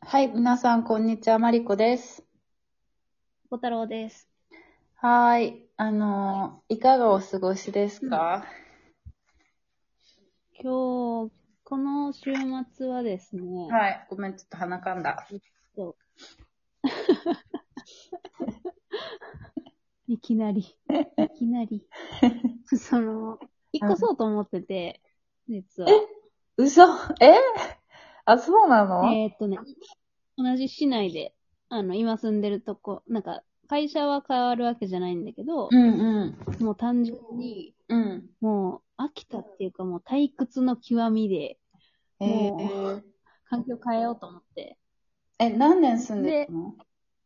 はい、皆さん、こんにちは。マリコです。 小太郎です。 はーい。いかがお過ごしですか？ 今日、この週末はですね、 はい。ごめん、ちょっと鼻かんだ。 えっと、いきなり、引っ越そうと思ってて、実え、 は。 嘘？えあ、そうなの？ えーっとね、同じ市内で、今住んでるとこ、会社は変わるわけじゃないんだけど、 うんもう単純に、 うん。うもう飽きたっていうか、もう退屈の極みで、 ん。 もう、環境変えようと思って。 何年住んでたで、 の？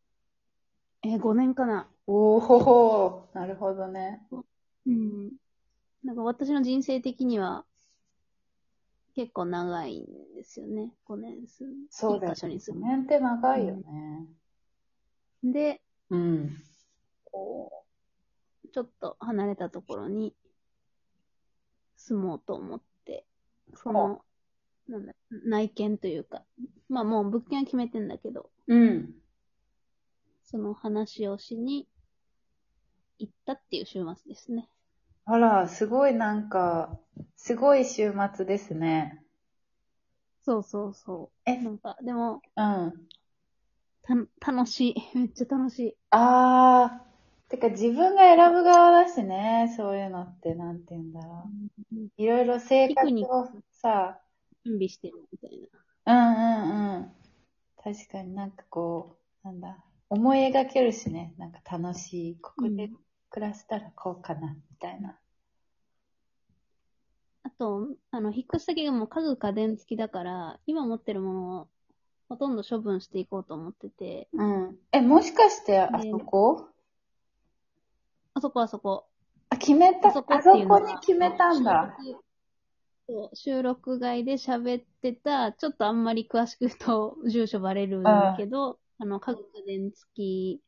5年かな。 おーほほー。なるほどね。 うん。私の人生的には結構長いんですよね。5年住む。一そうだよ。 箇所に住 5年って長いよむ。 ね。 うん。で、 うん。 こちょっと離れたところに住もうと思って、そほの、内見というか、まあもう物件は決めてんだけど、 う。うん。 その話をしに行ったっていう週末ですね。 あら、すごいすごい週末ですね。 そうそうそえ、 う。でも、 うん。 楽しい。めっちゃ楽しい。 あー、てか自分が選ぶ側だしね、そういうのって、なんて言うんだろうん。 う。いろいろ生ピクニック活をさ、 準備してるみたいな。 うんうんうん。確かに思い描けるしね、楽しい。ここでうん。 暮らしたらこうかな、みたいな。 あと、引っ越し先がもう家具家電付きだから、今持ってるものをほとんど処分していこうと思ってて、 うん。もしかしてあそで、 こ？ あそこ、 ああそこってそこいうのは、 に決めたんだ。 収録外で喋ってた、ちょっとあんまり詳しく言うと住所バレるうん。 けど、家具家電付き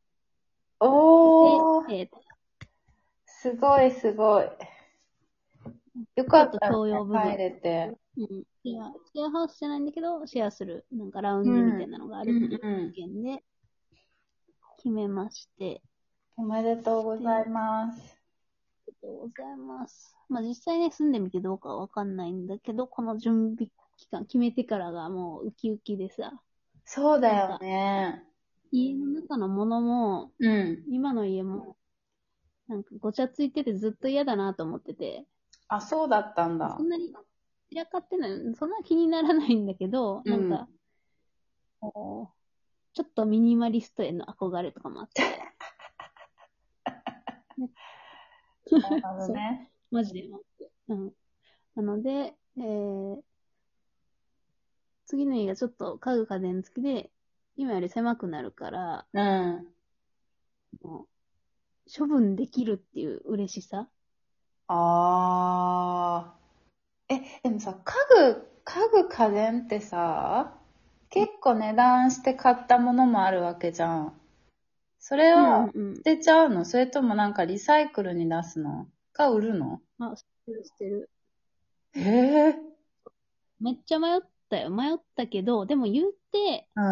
で、 おー、すごいすごい。よかちょっとったね、 共用部分、 帰れて。 うん、シェアハウスじゃないんだけど、シェアする、ラウンジみたいうん。 なのがあるっていううんうん。 件で決めまして、 おめでとうござで、 います。 りがとうございます。まあ実際ね、住んでみてどうかはわかんないんだけど、この準備期間決めてからがもうウキウキでさ、 そうだよなんかね。 家の中のものも、 うん。 今の家も、ごちゃついててずっと嫌だなと思ってて、 あ、そうだったんだ。 そんなに散らかってない、そんな気にならないんだけど、 うん。 こちょっとミニマリストへの憧れとかもあって、ね、 なるほどそう、 ね。 マジで思って。うん。なので、次の家がちょっと家具家電付きで、今より狭くなるから、 うん。 もう処分できるっていう嬉しさ。 あでもさ、家具家電ってさ、結構値段して買ったものもあるわけじゃん。それうんはうんうん。 捨てちゃうの？それともリサイクルに出すのか売るの？ あ、知ってる知ってる。 へえ。 めっちゃ迷ったよ。迷ったけど、でも言って、 うん。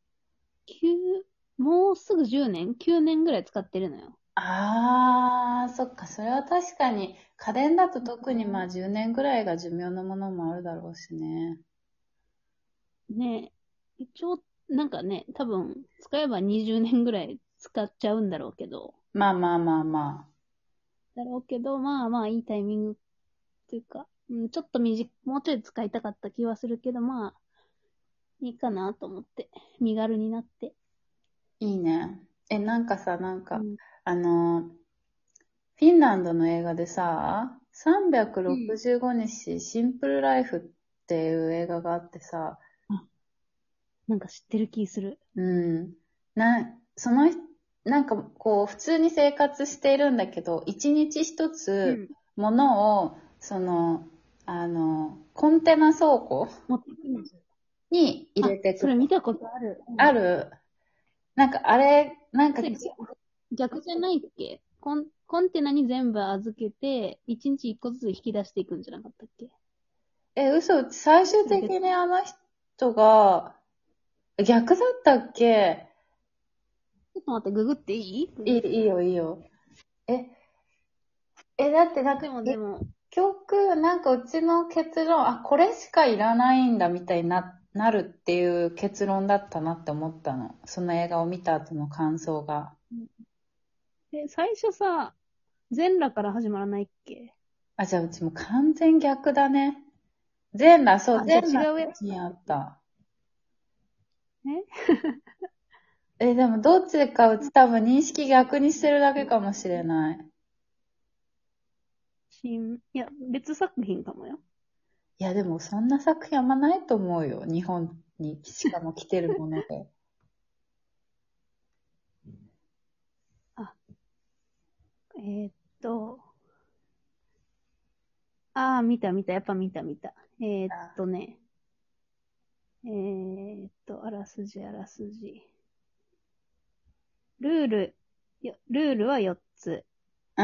もうすぐ10年 ?9 年ぐらい使ってるのよ。 ああ、そっか、それは確かに、家電だと特にまあ10年ぐらいが寿命のものもあるだろうしね。 ね、一応、多分、使えば20年ぐらい使っちゃうんだろうけど、 まあまあまあままあまあいいタイミングっていうか、うん、ちょっともうちょい使いたかった気はするけど、まあ、いいかなと思って、身軽になって。 あ、いいね。 うん。 あの、フィンランドの映画でさ、 うん。 365日シンプルライフっていう映画があってさ、 あ、知ってる気する。 うん。その人、普通に生活しているんだけど、一日一つ、 うん。 物を、コンテナ倉庫持ってくるんですよ。 に入れあ、 ていくと。 それ見たことある。うん。 ある？あれ、 それ逆じゃないっけ？コンテナに全部預けて、一日一個ずつ引き出していくんじゃなかったっけ？ 嘘、最終それ別。 的にあの人が、 逆だったっけ？ ちょっと待って、ググっていい？ いいよ、いいよ。え、だってなんか、 でも、 結局、なんかうちの結論、あ、これしかいらないんだみたいになるっていう結論だったなって思ったの。その映画を見た後の感想が。 最初さ、全裸から始まらないっけ？ あ、じゃあうちも完全逆だね。全裸、そう、 あ、じゃ全裸あ違うやつ。 にあった。 えでもどっちかうち多分認識逆にしてるだけかもしれない。 いや、別作品かもよ。 いや、でもそんな作品あんまないと思うよ。日本にしかも来てるもので。 あ、えーっと、見た、やっぱ見た。ね、あらすじ。ルールは4つ。 うん。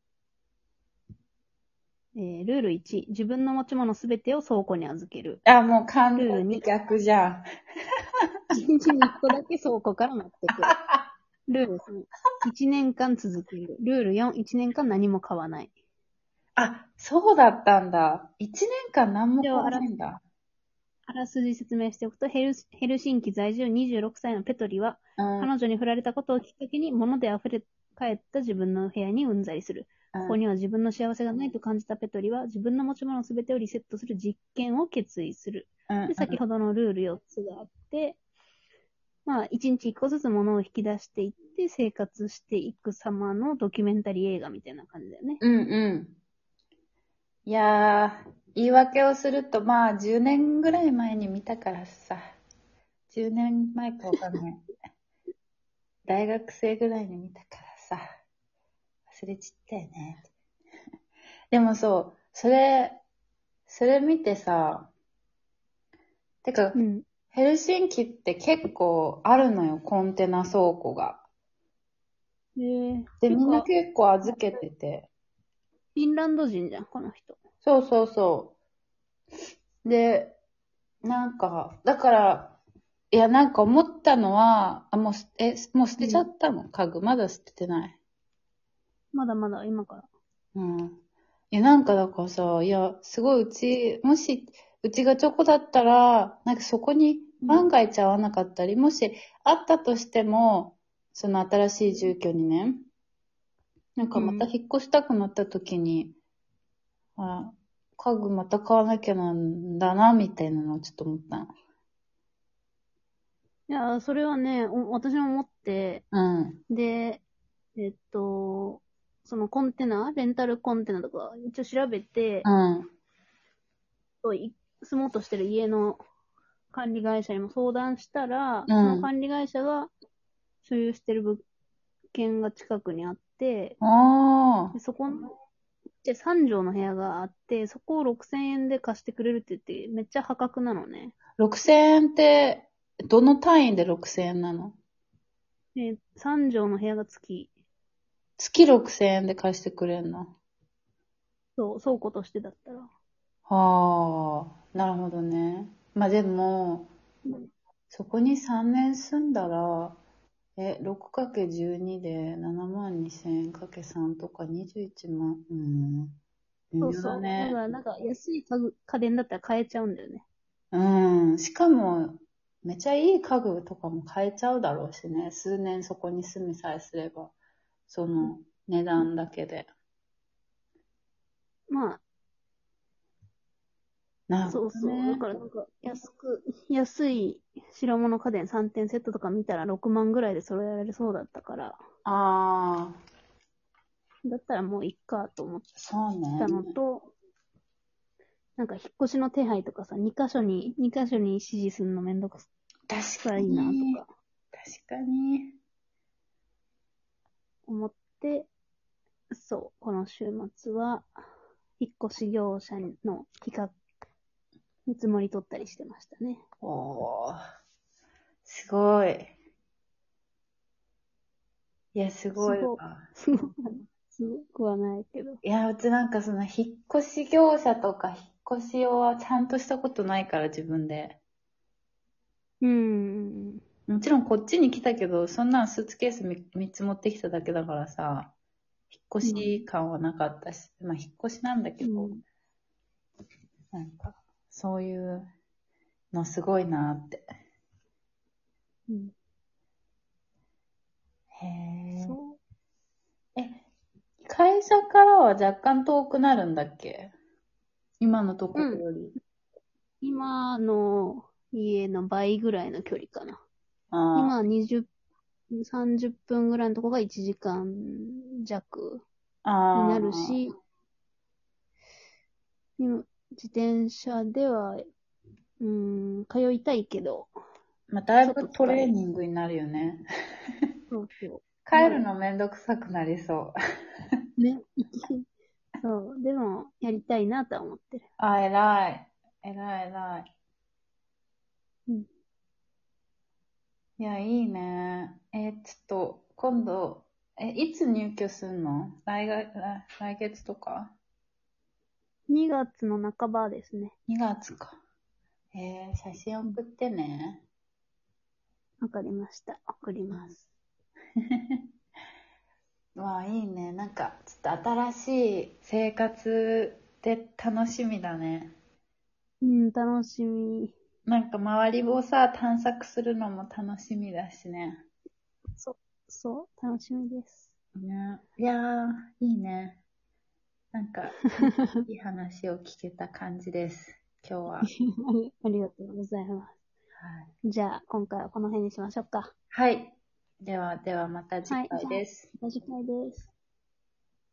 ルール1、自分の持ち物すべてを倉庫に預ける。 あ、もう完全ルール2、 に逆じゃん。 1日に1個だけ倉庫から持ってくる。ルール3、1年間続ける。ルール4、1年間何も買わない。 あ、そうだったんだ。一年間何も買わでは、 ないんだ。 あらすじ説明しておくと、ヘルシンキ在住26歳のペトリは、 うん、うん、 彼女に振られたことをきっかけに物で溢れ返った自分の部屋にうんざりする。ここには自分の幸せがないと感じたペトリは、自分の持ち物すべてをリセットする実験を決意する。 うん、 で、先ほどのルール4つがあって、まあ、1日1個ずつ物を引き出していって生活していく様のドキュメンタリー映画みたいな感じだよね。 うん、うん。いやー、言い訳をすると、まあ、10年ぐらい前に見たからさ。10年前かわかんない。大学生ぐらいに見たからさ。忘れちったよね。でもそう、それ見てさ、てか、 うん。 ヘルシンキって結構あるのよ、コンテナ倉庫が。で、みんなてか、 結構預けてて。 フィンランド人じゃん、この人。 そうそうそう。で、なんか、だから、いや、なんか思ったのは、もう捨てちゃうん。 ったの家具。まだ捨ててない。 まだまだ今から。 うん。いや、なんかだからさ、いや、すごいもし、うちがチョコだったら、なんかそこにうん。 万が一合わなかったり、もしあったとしても、その新しい住居にね、なんかまたうん。 引っ越したくなった時に、あ、家具また買わなきゃなんだな、みたいなのをちょっと思ったの。 いや、それはね、私も思って、 うん。 で、そのレンタルコンテナとか一応調べて、 うん。 住もうとしてる家の管理会社にも相談したら、 うん。 その管理会社が所有してる物件が近くにあって、 ああ。 でそこの、3畳の部屋があって、そこを6000円で貸してくれるって言って、めっちゃ破格なのね。 6000円って、どの単位で6000円なの？ で、3畳の部屋が月6000円で貸してくれんの？ そう、倉庫としてだったら。 はあ、なるほどね。まあでも、 うん。 そこに3年住んだら、6×12 で7万2000円かけ3とか21万。微妙だそうそう。だかね。 らなんか安い家電だったら買えちゃうんだよね。 しかも、めちゃいい家具とかも買えちゃうだろうしね。数年そこに住みさえすれば、その値段だけで。 まあ、 なるほそうそう。だどね。 からなんか安い白物家電3点セットとか見たら6万ぐらいで揃えられそうだったから、 ああ、 だったらもういっかと思っそうね。 たのと、なんか引っ越しの手配とかさ、2箇所に指示するのめんどく確かさいなとに。 か確かに。 思って、そう、この週末は、引っ越し業者の企画、見積もり取ったりしてましたね。 おー、すごい。いや、すごいわ。 すごく、すごくはないけど。 いや、うちなんかその引っ越し業者とか引っ越し用はちゃんとしたことないから自分で。 うん。 もちろんこっちに来たけど、そんなんスーツケース3つ持ってきただけだからさ、引っ越うん。 し感はなかったし、まあ引っ越しなんだけど、 うん。 なんか、そういうのすごいなって。 うん。 へえ。 そえ、会社からは若干遠くなるんだっけ？今のとう。うん。 ころより。 今の家の倍ぐらいの距離かな。 あ今20、30分ぐらいのとこが1時間弱あ、 になああ、 るし、今自転車では、通いたいけど、 まあ、だいちょっぶトレーと疲れる。 ニングになるよね。 そうそう。 帰るのめんどくさくなりそう。 ね。そう。でも、やりたいなとは思ってる。 あ、偉い。偉い偉い。 うん。 いや、いいね。ちょっと、今度、いつ入居すんの？来月とか？ 2月の半ばですね。 2 月か。写真うん。 送ってね。 わかりました。送りうん。 ます。 わあ、いいね。なんか、ちょっと新しい生活で楽しみだね。 うん、楽しみ。 なんか周りをさ、探索するのも楽しみだしね。 そう、そう、楽しみです。 ね。いやー、いいね。なんか、いい話を聞けた感じです。今日は。 ありがとうございます。 はい。 じゃあ、今回はこの辺にしましょうか。 はい。では、ではまた次はい、じゃあ、 回です。 また次回です。